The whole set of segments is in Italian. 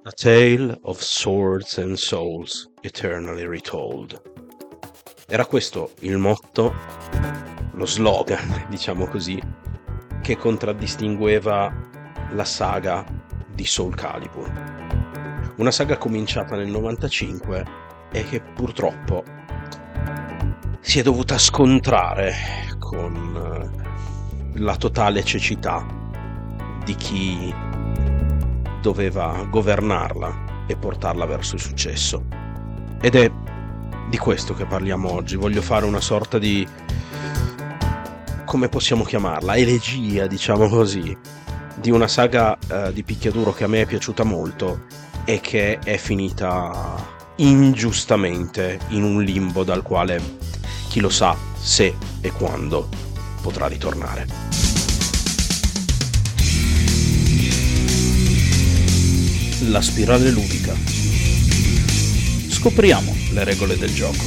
A Tale of Swords and Souls Eternally Retold. Era questo il motto, lo slogan, diciamo così, che contraddistingueva la saga di Soul Calibur. Una saga cominciata nel 95 e che purtroppo si è dovuta scontrare con la totale cecità di chi doveva governarla e portarla verso il successo. Ed è di questo che parliamo oggi. Voglio fare una sorta di, come possiamo chiamarla, elegia, diciamo così, di una saga di picchiaduro che a me è piaciuta molto e che è finita ingiustamente in un limbo dal quale chi lo sa se e quando potrà ritornare. La spirale ludica. Scopriamo le regole del gioco.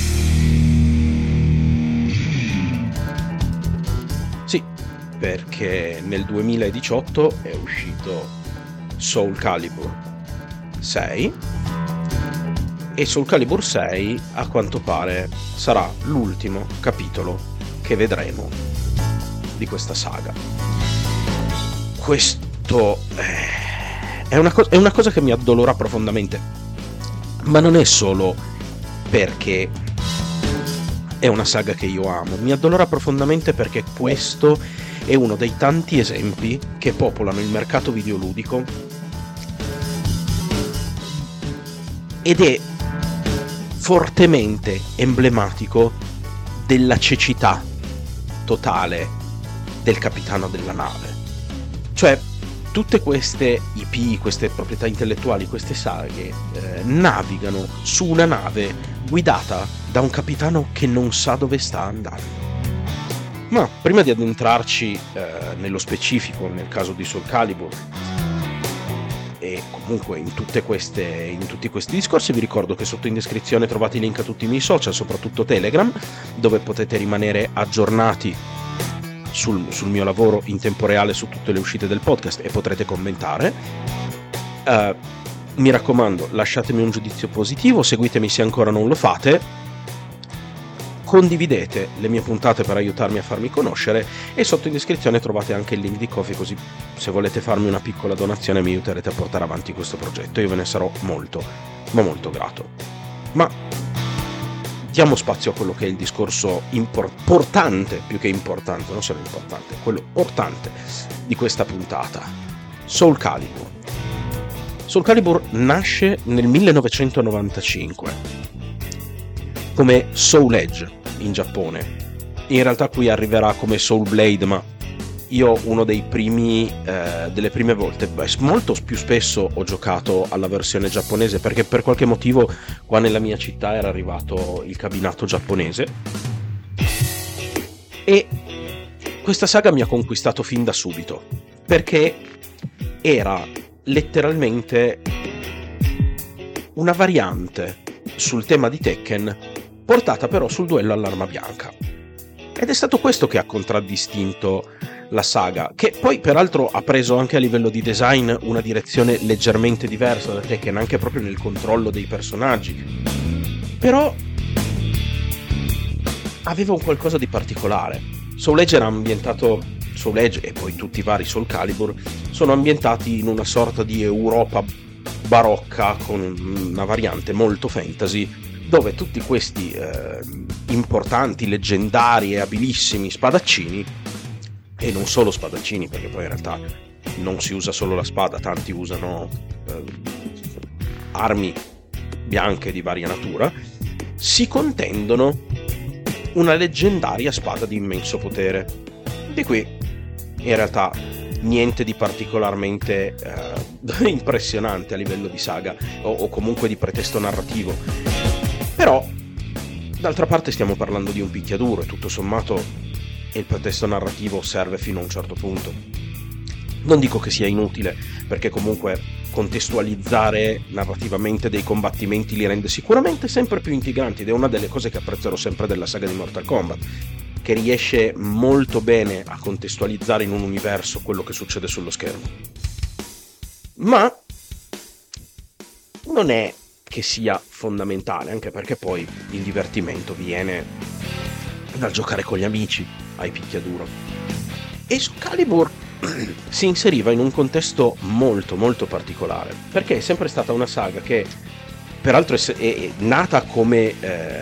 Sì, perché nel 2018 è uscito Soul Calibur 6 e Soul Calibur 6 a quanto pare sarà l'ultimo capitolo che vedremo di questa saga. Questo è una cosa che mi addolora profondamente, ma non è solo perché è una saga che io amo, mi addolora profondamente perché questo è uno dei tanti esempi che popolano il mercato videoludico ed è fortemente emblematico della cecità totale del capitano della nave. Cioè, tutte queste IP, queste proprietà intellettuali, queste saghe navigano su una nave guidata da un capitano che non sa dove sta andando. Ma prima di addentrarci nello specifico, nel caso di Soul Calibur e comunque in tutti questi discorsi, vi ricordo che sotto in descrizione trovate i link a tutti i miei social, soprattutto Telegram, dove potete rimanere aggiornati sul mio lavoro in tempo reale su tutte le uscite del podcast e potrete commentare. Mi raccomando, lasciatemi un giudizio positivo, seguitemi se ancora non lo fate, condividete le mie puntate per aiutarmi a farmi conoscere e sotto in descrizione trovate anche il link di Ko-fi, così se volete farmi una piccola donazione mi aiuterete a portare avanti questo progetto. Io ve ne sarò molto, ma molto grato. Ma diamo spazio a quello che è il discorso importante, più che importante, non solo importante, quello portante di questa puntata. Soul Calibur. Soul Calibur nasce nel 1995 come Soul Edge in Giappone. In realtà qui arriverà come Soul Blade, ma io uno delle prime volte, molto più spesso ho giocato alla versione giapponese perché per qualche motivo qua nella mia città era arrivato il cabinato giapponese e questa saga mi ha conquistato fin da subito perché era letteralmente una variante sul tema di Tekken portata però sul duello all'arma bianca, ed è stato questo che ha contraddistinto la saga, che poi peraltro ha preso anche a livello di design una direzione leggermente diversa da Tekken, anche proprio nel controllo dei personaggi, però aveva un qualcosa di particolare. Soul Edge era ambientato, Soul Edge e poi tutti i vari Soul Calibur sono ambientati in una sorta di Europa barocca con una variante molto fantasy, dove tutti questi importanti, leggendari e abilissimi spadaccini, e non solo spadaccini perché poi in realtà non si usa solo la spada, tanti usano armi bianche di varia natura, si contendono una leggendaria spada di immenso potere. Di qui in realtà niente di particolarmente impressionante a livello di saga o comunque di pretesto narrativo, però d'altra parte stiamo parlando di un picchiaduro e tutto sommato il pretesto narrativo serve fino a un certo punto. Non dico che sia inutile, perché comunque contestualizzare narrativamente dei combattimenti li rende sicuramente sempre più intriganti, ed è una delle cose che apprezzerò sempre della saga di Mortal Kombat, che riesce molto bene a contestualizzare in un universo quello che succede sullo schermo. Ma non è che sia fondamentale, anche perché poi il divertimento viene dal giocare con gli amici ai picchiaduro. E Soul Calibur si inseriva in un contesto molto molto particolare, perché è sempre stata una saga che peraltro è nata come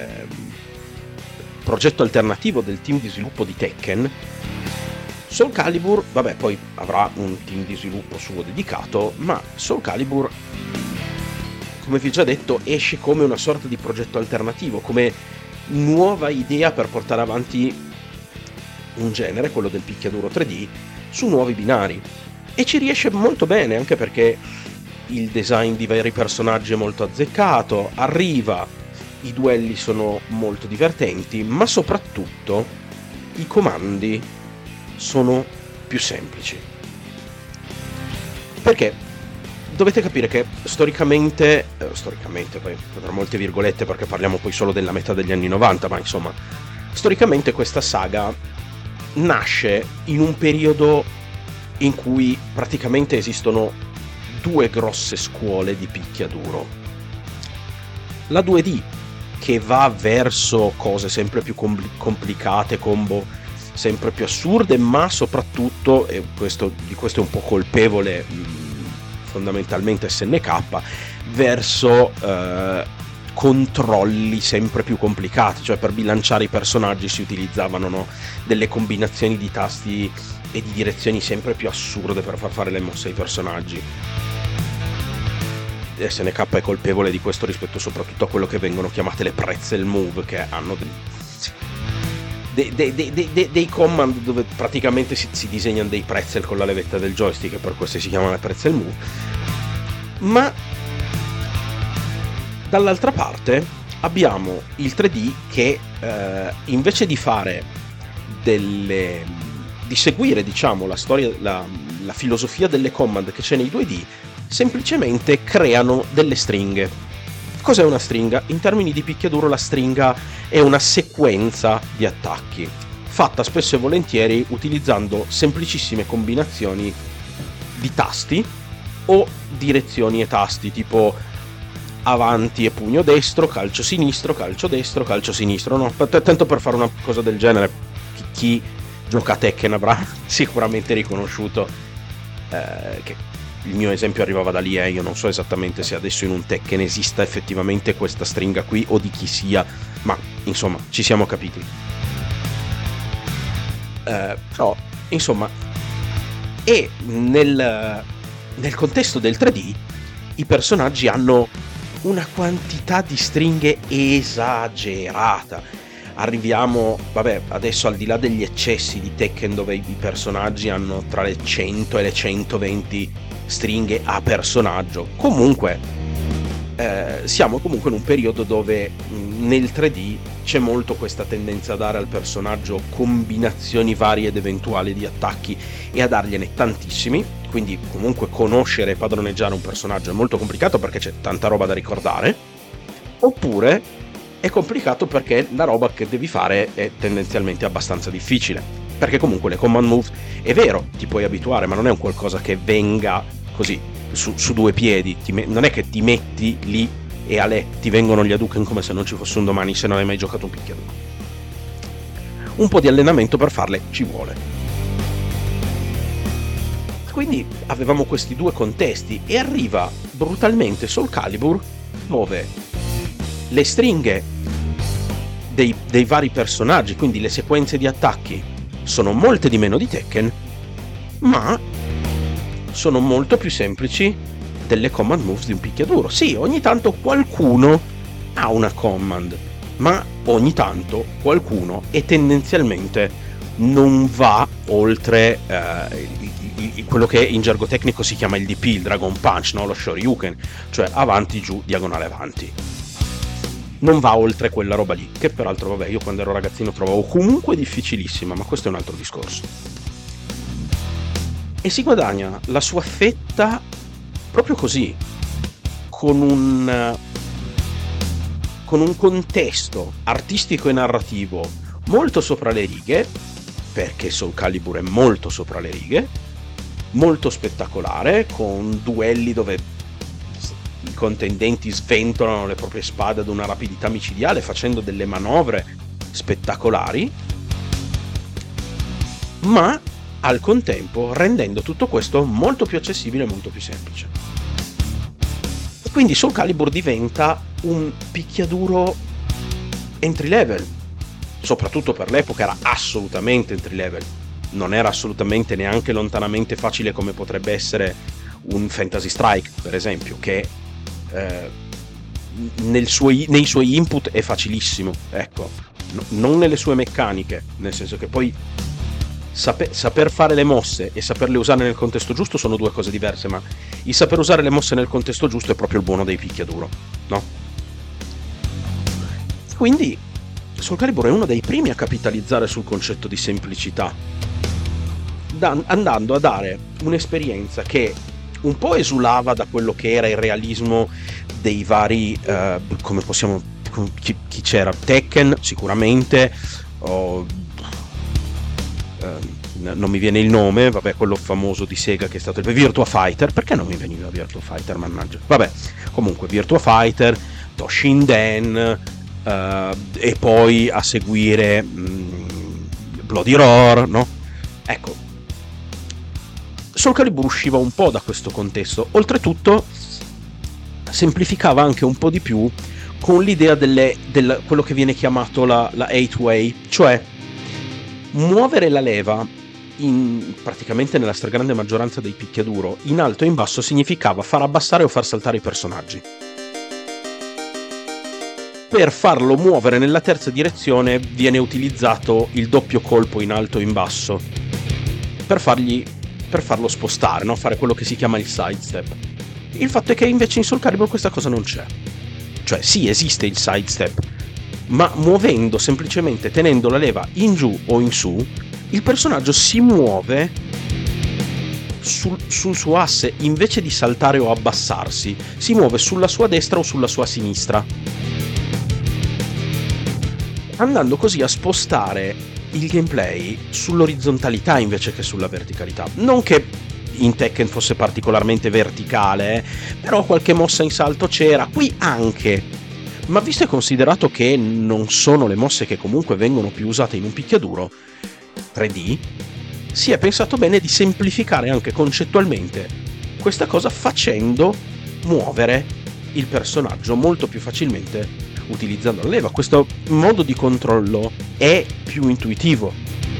progetto alternativo del team di sviluppo di Tekken. Soul Calibur, vabbè, poi avrà un team di sviluppo suo dedicato, ma Soul Calibur, come vi ho già detto, esce come una sorta di progetto alternativo, come nuova idea per portare avanti un genere, quello del picchiaduro 3D, su nuovi binari. E ci riesce molto bene, anche perché il design di vari personaggi è molto azzeccato, arriva, i duelli sono molto divertenti, ma soprattutto i comandi sono più semplici. Perché dovete capire che storicamente poi tra molte virgolette, perché parliamo poi solo della metà degli anni 90, ma insomma, storicamente questa saga nasce in un periodo in cui praticamente esistono due grosse scuole di picchiaduro. La 2D, che va verso cose sempre più complicate, combo sempre più assurde, ma soprattutto, e di questo è un po' colpevole fondamentalmente SNK, verso controlli sempre più complicati, cioè per bilanciare i personaggi si utilizzavano delle combinazioni di tasti e di direzioni sempre più assurde per far fare le mosse ai personaggi. SNK è colpevole di questo rispetto soprattutto a quello che vengono chiamate le pretzel move, che hanno dei command dove praticamente si disegnano dei pretzel con la levetta del joystick, e per questo si chiamano le pretzel move. Ma dall'altra parte abbiamo il 3D che invece di fare di seguire, diciamo, la storia, la filosofia delle command che c'è nei 2D, semplicemente creano delle stringhe. Cos'è una stringa? In termini di picchiaduro la stringa è una sequenza di attacchi, fatta spesso e volentieri utilizzando semplicissime combinazioni di tasti o direzioni e tasti, tipo avanti e pugno destro, calcio sinistro, calcio destro, calcio sinistro. No, tanto per fare una cosa del genere, chi gioca a Tekken avrà sicuramente riconosciuto che il mio esempio arrivava da lì, io non so esattamente se adesso in un Tekken esista effettivamente questa stringa qui o di chi sia, ma insomma ci siamo capiti. Però insomma, e nel contesto del 3D i personaggi hanno una quantità di stringhe esagerata. Arriviamo, vabbè, adesso al di là degli eccessi di Tekken, dove i personaggi hanno tra le 100 e le 120 stringhe a personaggio, comunque siamo comunque in un periodo dove nel 3D c'è molto questa tendenza a dare al personaggio combinazioni varie ed eventuali di attacchi e a dargliene tantissimi. Quindi comunque conoscere e padroneggiare un personaggio è molto complicato perché c'è tanta roba da ricordare, oppure è complicato perché la roba che devi fare è tendenzialmente abbastanza difficile, perché comunque le command move, è vero, ti puoi abituare, ma non è un qualcosa che venga così su due piedi, non è che ti metti lì e ti vengono gli Hadouken come se non ci fosse un domani, se non hai mai giocato un picchiaduro. Un po' di allenamento per farle ci vuole. Quindi avevamo questi due contesti e arriva brutalmente Soul Calibur, dove le stringhe dei vari personaggi, quindi le sequenze di attacchi, sono molte di meno di Tekken, ma sono molto più semplici delle command moves di un picchiaduro. Sì, ogni tanto qualcuno ha una command, ma ogni tanto qualcuno, e tendenzialmente non va oltre quello che in gergo tecnico si chiama il DP, il Dragon Punch, no? Lo Shoryuken, cioè avanti, giù, diagonale, avanti. Non va oltre quella roba lì, che peraltro, vabbè, io quando ero ragazzino trovavo comunque difficilissima, ma questo è un altro discorso. E si guadagna la sua fetta proprio così, con un contesto artistico e narrativo molto sopra le righe, perché Soul Calibur è molto sopra le righe, molto spettacolare, con duelli dove i contendenti sventolano le proprie spade ad una rapidità micidiale facendo delle manovre spettacolari, ma al contempo rendendo tutto questo molto più accessibile e molto più semplice. E quindi Soul Calibur diventa un picchiaduro entry level, soprattutto per l'epoca era assolutamente entry level, non era assolutamente neanche lontanamente facile come potrebbe essere un Fantasy Strike, per esempio, che nei suoi input è facilissimo, ecco, non nelle sue meccaniche, nel senso che poi saper fare le mosse e saperle usare nel contesto giusto sono due cose diverse, ma il saper usare le mosse nel contesto giusto è proprio il buono dei picchiaduro, no? Quindi Soul Calibur è uno dei primi a capitalizzare sul concetto di semplicità, andando a dare un'esperienza che un po' esulava da quello che era il realismo dei vari come possiamo, chi c'era? Tekken sicuramente, non mi viene il nome, vabbè, quello famoso di Sega che è stato il Virtua Fighter. Perché non mi veniva Virtua Fighter, mannaggia, vabbè, comunque Virtua Fighter, Toshinden, e poi a seguire Bloody Roar, no? Ecco, Soul Calibur usciva un po' da questo contesto, oltretutto semplificava anche un po' di più con l'idea quello che viene chiamato la 8-way, cioè muovere la leva praticamente nella stragrande maggioranza dei picchiaduro in alto e in basso significava far abbassare o far saltare i personaggi. Per farlo muovere nella terza direzione viene utilizzato il doppio colpo in alto e in basso per farlo spostare, no? Fare quello che si chiama il sidestep. Il fatto è che invece in Soul Calibur questa cosa non c'è. Cioè sì, esiste il sidestep, ma muovendo semplicemente, tenendo la leva in giù o in su, il personaggio si muove sul suo asse, invece di saltare o abbassarsi, si muove sulla sua destra o sulla sua sinistra, andando così a spostare il gameplay sull'orizzontalità invece che sulla verticalità. Non che in Tekken fosse particolarmente verticale, però qualche mossa in salto c'era, qui anche, ma visto e considerato che non sono le mosse che comunque vengono più usate in un picchiaduro 3D, si è pensato bene di semplificare anche concettualmente questa cosa facendo muovere il personaggio molto più facilmente utilizzando la leva. Questo modo di controllo è più intuitivo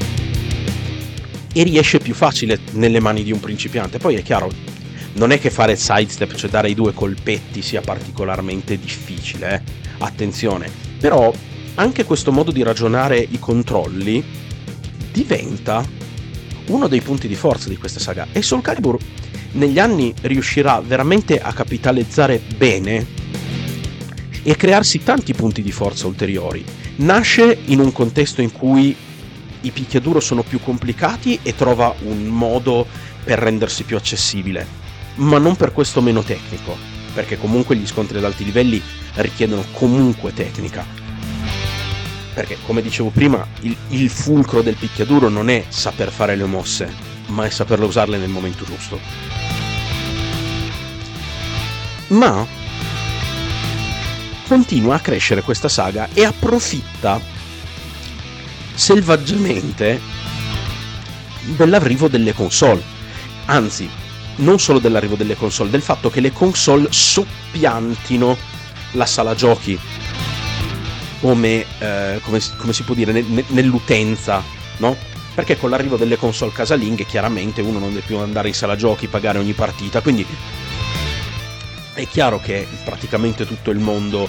e riesce più facile nelle mani di un principiante. Poi è chiaro, non è che fare sidestep, cioè dare i due colpetti, sia particolarmente difficile, attenzione, però anche questo modo di ragionare i controlli diventa uno dei punti di forza di questa saga, e Soul Calibur negli anni riuscirà veramente a capitalizzare bene e crearsi tanti punti di forza ulteriori. Nasce in un contesto in cui i picchiaduro sono più complicati e trova un modo per rendersi più accessibile, ma non per questo meno tecnico, perché comunque gli scontri ad alti livelli richiedono comunque tecnica, perché come dicevo prima il fulcro del picchiaduro non è saper fare le mosse, ma è saperle usarle nel momento giusto. Ma continua a crescere questa saga e approfitta selvaggiamente dell'arrivo delle console, anzi non solo dell'arrivo delle console, del fatto che le console soppiantino la sala giochi come si può dire nell'utenza, no? Perché con l'arrivo delle console casalinghe chiaramente uno non deve più andare in sala giochi, pagare ogni partita, quindi è chiaro che praticamente tutto il mondo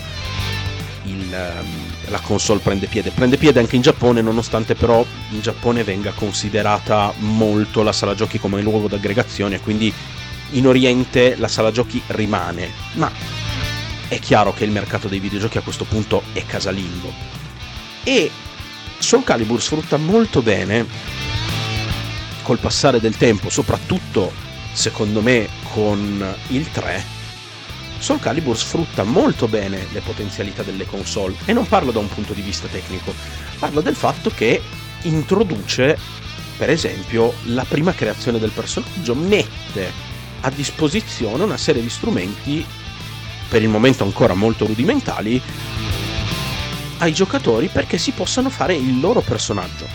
la console prende piede anche in Giappone, nonostante però in Giappone venga considerata molto la sala giochi come luogo d'aggregazione, quindi in Oriente la sala giochi rimane, ma è chiaro che il mercato dei videogiochi a questo punto è casalingo, e Soul Calibur sfrutta molto bene col passare del tempo, soprattutto secondo me con il 3. Soul Calibur sfrutta molto bene le potenzialità delle console, e non parlo da un punto di vista tecnico, parlo del fatto che introduce, per esempio, la prima creazione del personaggio, mette a disposizione una serie di strumenti per il momento ancora molto rudimentali, ai giocatori perché si possano fare il loro personaggio.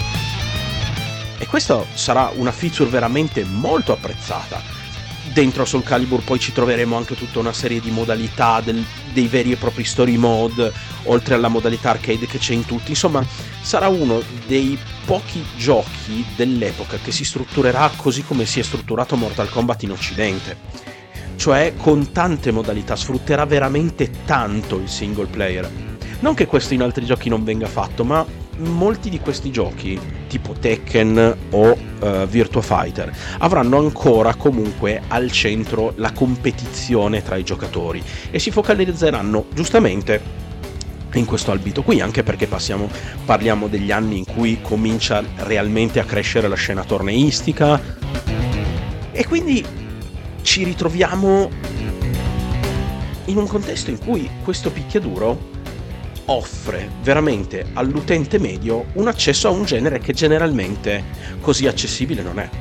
E questa sarà una feature veramente molto apprezzata. Dentro Soul Calibur poi ci troveremo anche tutta una serie di modalità, dei veri e propri story mode, oltre alla modalità arcade che c'è in tutti. Insomma, sarà uno dei pochi giochi dell'epoca che si strutturerà così come si è strutturato Mortal Kombat in Occidente, cioè con tante modalità. Sfrutterà veramente tanto il single player. Non che questo in altri giochi non venga fatto, ma molti di questi giochi, tipo Tekken o Virtua Fighter, avranno ancora comunque al centro la competizione tra i giocatori e si focalizzeranno giustamente in questo ambito qui, anche perché parliamo degli anni in cui comincia realmente a crescere la scena torneistica, e quindi ci ritroviamo in un contesto in cui questo picchiaduro offre veramente all'utente medio un accesso a un genere che generalmente così accessibile non è.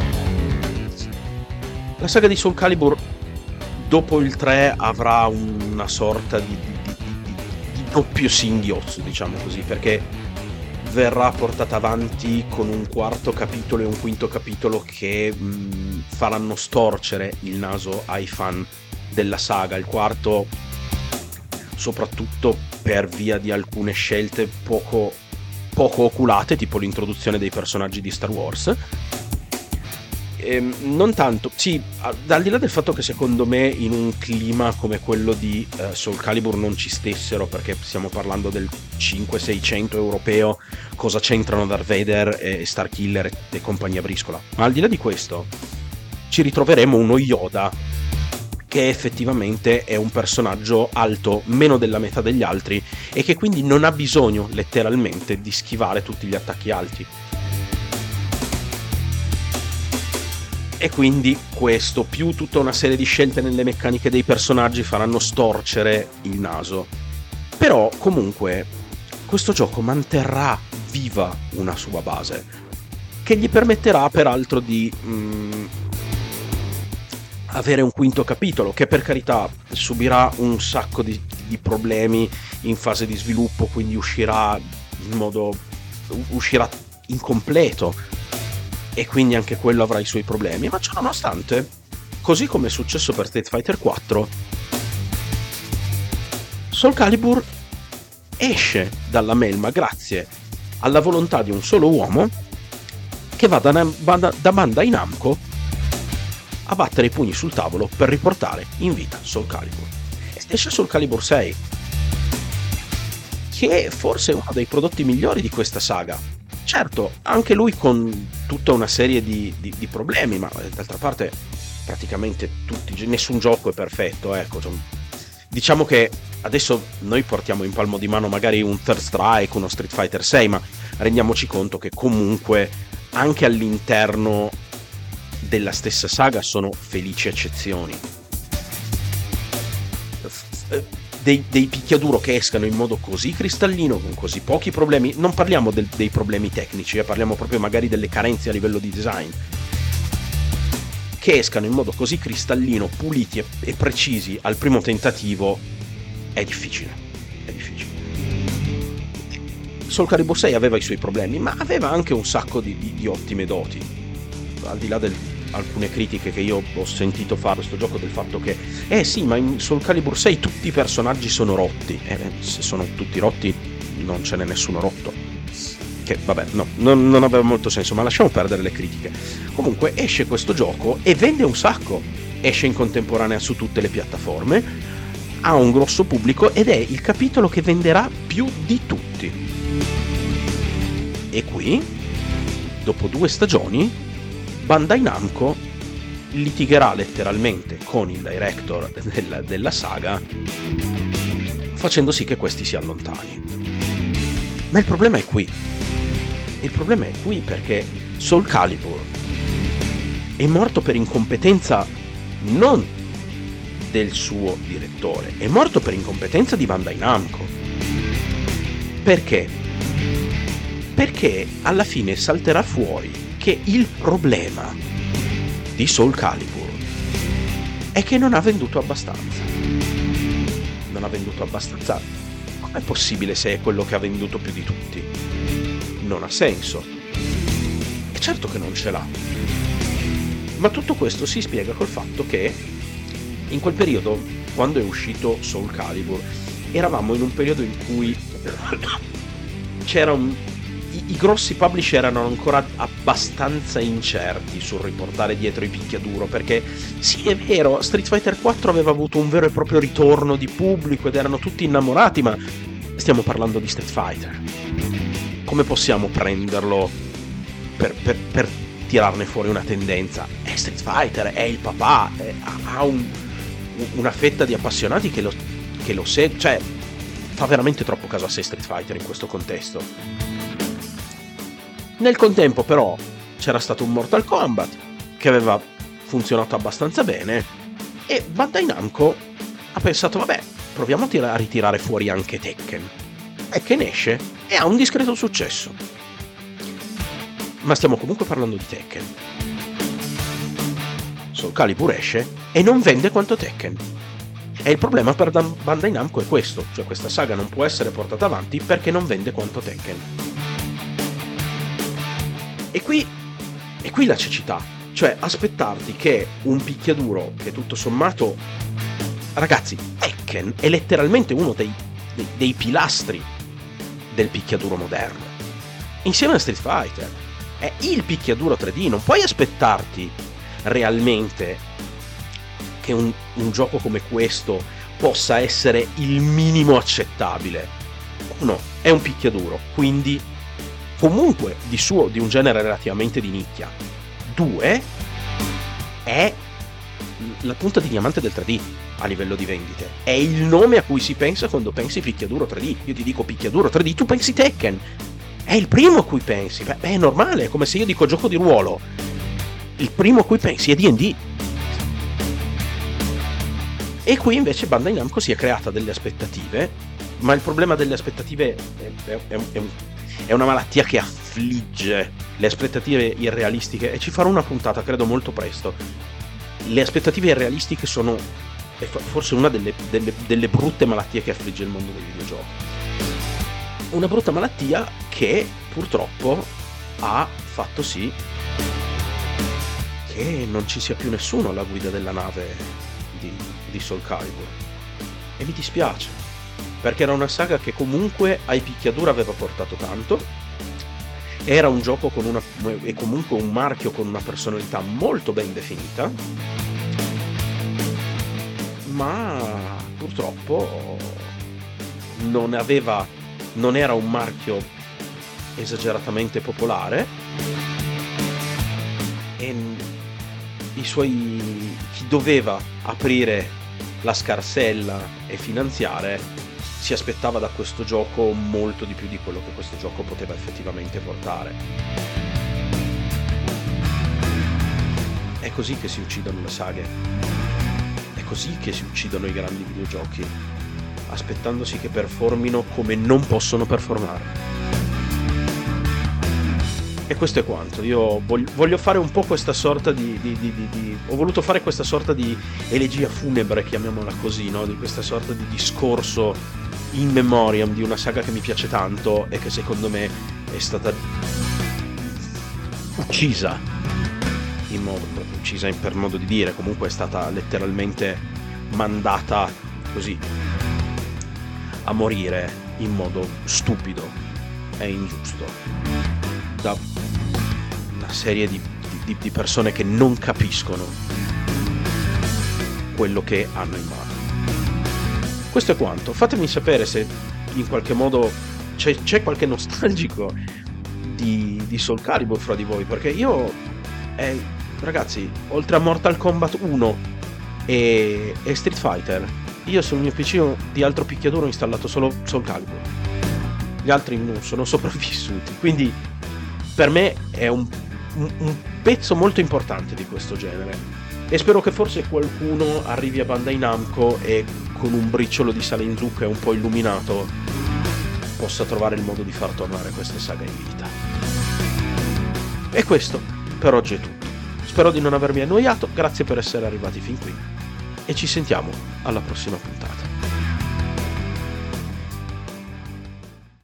La saga di Soul Calibur dopo il 3 avrà una sorta di doppio singhiozzo, diciamo così, perché verrà portata avanti con un quarto capitolo e un quinto capitolo che faranno storcere il naso ai fan della saga. Il quarto soprattutto per via di alcune scelte poco oculate, tipo l'introduzione dei personaggi di Star Wars. Non tanto, sì, al di là del fatto che secondo me in un clima come quello di Soul Calibur non ci stessero, perché stiamo parlando del 500-600 europeo, cosa c'entrano Darth Vader e Starkiller e compagnia briscola. Ma al di là di questo ci ritroveremo uno Yoda che effettivamente è un personaggio alto meno della metà degli altri e che quindi non ha bisogno letteralmente di schivare tutti gli attacchi alti. E quindi questo, più tutta una serie di scelte nelle meccaniche dei personaggi, faranno storcere il naso. Però comunque questo gioco manterrà viva una sua base, che gli permetterà peraltro di avere un quinto capitolo, che per carità subirà un sacco di problemi in fase di sviluppo, quindi uscirà incompleto, e quindi anche quello avrà i suoi problemi. Ma ciò nonostante, così come è successo per Street Fighter 4, Soul Calibur esce dalla melma grazie alla volontà di un solo uomo che va da Bandai Namco a battere i pugni sul tavolo per riportare in vita Soul Calibur. Esce Soul Calibur 6, che è forse uno dei prodotti migliori di questa saga. Certo, anche lui con tutta una serie di problemi, ma d'altra parte praticamente nessun gioco è perfetto, ecco. Diciamo che adesso noi portiamo in palmo di mano magari un Third Strike, uno Street Fighter 6, ma rendiamoci conto che comunque anche all'interno della stessa saga sono felici eccezioni. Dei picchiaduro che escano in modo così cristallino, con così pochi problemi, non parliamo dei problemi tecnici, parliamo proprio magari delle carenze a livello di design, che escano in modo così cristallino, puliti e precisi al primo tentativo, è difficile. Soul Calibur 6 aveva i suoi problemi, ma aveva anche un sacco di ottime doti, al di là alcune critiche che io ho sentito fare a questo gioco, del fatto che sì, ma in Soul Calibur 6 tutti i personaggi sono rotti. Se sono tutti rotti non ce n'è nessuno rotto, che vabbè, no, non aveva molto senso, ma lasciamo perdere le critiche. Comunque esce questo gioco e vende un sacco, esce in contemporanea su tutte le piattaforme, ha un grosso pubblico ed è il capitolo che venderà più di tutti. E qui, dopo 2 stagioni, Bandai Namco litigherà letteralmente con il director della saga, facendo sì che questi si allontani. Ma il problema è qui. Il problema è qui perché Soul Calibur è morto per incompetenza non del suo direttore, è morto per incompetenza di Bandai Namco. Perché? Perché alla fine salterà fuori che il problema di Soul Calibur è che non ha venduto abbastanza. non ha venduto abbastanza. Com'è possibile se è quello che ha venduto più di tutti? Non ha senso. E certo che non ce l'ha. Ma tutto questo si spiega col fatto che in quel periodo, quando è uscito Soul Calibur, eravamo in un periodo in cui i grossi publisher erano ancora abbastanza incerti sul riportare dietro i picchiaduro, perché sì, è vero, Street Fighter 4 aveva avuto un vero e proprio ritorno di pubblico ed erano tutti innamorati, ma stiamo parlando di Street Fighter. Come possiamo prenderlo per tirarne fuori una tendenza? È Street Fighter, è il papà, ha una fetta di appassionati che lo segue, cioè fa veramente troppo caso a sé Street Fighter in questo contesto. Nel contempo però c'era stato un Mortal Kombat che aveva funzionato abbastanza bene e Bandai Namco ha pensato vabbè, proviamo a ritirare fuori anche Tekken. Tekken esce e ha un discreto successo, ma stiamo comunque parlando di Tekken. Soul Calibur esce e non vende quanto Tekken. E il problema per Bandai Namco è questo, cioè questa saga non può essere portata avanti perché non vende quanto Tekken. E qui la cecità, cioè aspettarti che un picchiaduro che tutto sommato, ragazzi, Tekken è letteralmente uno dei pilastri del picchiaduro moderno, insieme a Street Fighter, è il picchiaduro 3D, non puoi aspettarti realmente che un gioco come questo possa essere il minimo accettabile. Uno, è un picchiaduro, quindi comunque di un genere relativamente di nicchia. Due, è la punta di diamante del 3D a livello di vendite. È il nome a cui si pensa quando pensi picchiaduro 3D. Io ti dico picchiaduro 3D, tu pensi Tekken. È il primo a cui pensi. Beh, è normale, è come se io dico gioco di ruolo. Il primo a cui pensi è D&D. E qui invece Bandai Namco si è creata delle aspettative, ma il problema delle aspettative è una malattia che affligge le aspettative irrealistiche, e ci farò una puntata credo molto presto. Le aspettative irrealistiche sono forse una delle brutte malattie che affligge il mondo dei videogiochi. Una brutta malattia che purtroppo ha fatto sì che non ci sia più nessuno alla guida della nave di Soul Calibur, e mi dispiace, perché era una saga che comunque ai picchiaduro aveva portato tanto, era un gioco e comunque un marchio con una personalità molto ben definita, ma purtroppo non era un marchio esageratamente popolare, e chi doveva aprire la scarsella e finanziare si aspettava da questo gioco molto di più di quello che questo gioco poteva effettivamente portare. È così che si uccidono le saghe, è così che si uccidono i grandi videogiochi, aspettandosi che performino come non possono performare. E questo è quanto. Io voglio fare un po' questa sorta ho voluto fare questa sorta di elegia funebre, chiamiamola così, no? Di questa sorta di discorso in memoriam di una saga che mi piace tanto e che secondo me è stata uccisa per modo di dire, comunque è stata letteralmente mandata così a morire in modo stupido e ingiusto da una serie di persone che non capiscono quello che hanno in mano. Questo è quanto. Fatemi sapere se in qualche modo c'è qualche nostalgico di Soul Calibur fra di voi, perché io ragazzi, oltre a Mortal Kombat 1 e Street Fighter, io sul mio PC di altro picchiaduro ho installato solo Soul Calibur, gli altri non sono sopravvissuti, quindi per me è un pezzo molto importante di questo genere, e spero che forse qualcuno arrivi a Bandai Namco e con un briciolo di sale in zucca e un po' illuminato possa trovare il modo di far tornare questa saga in vita. E questo per oggi è tutto. Spero di non avermi annoiato, grazie per essere arrivati fin qui e ci sentiamo alla prossima puntata.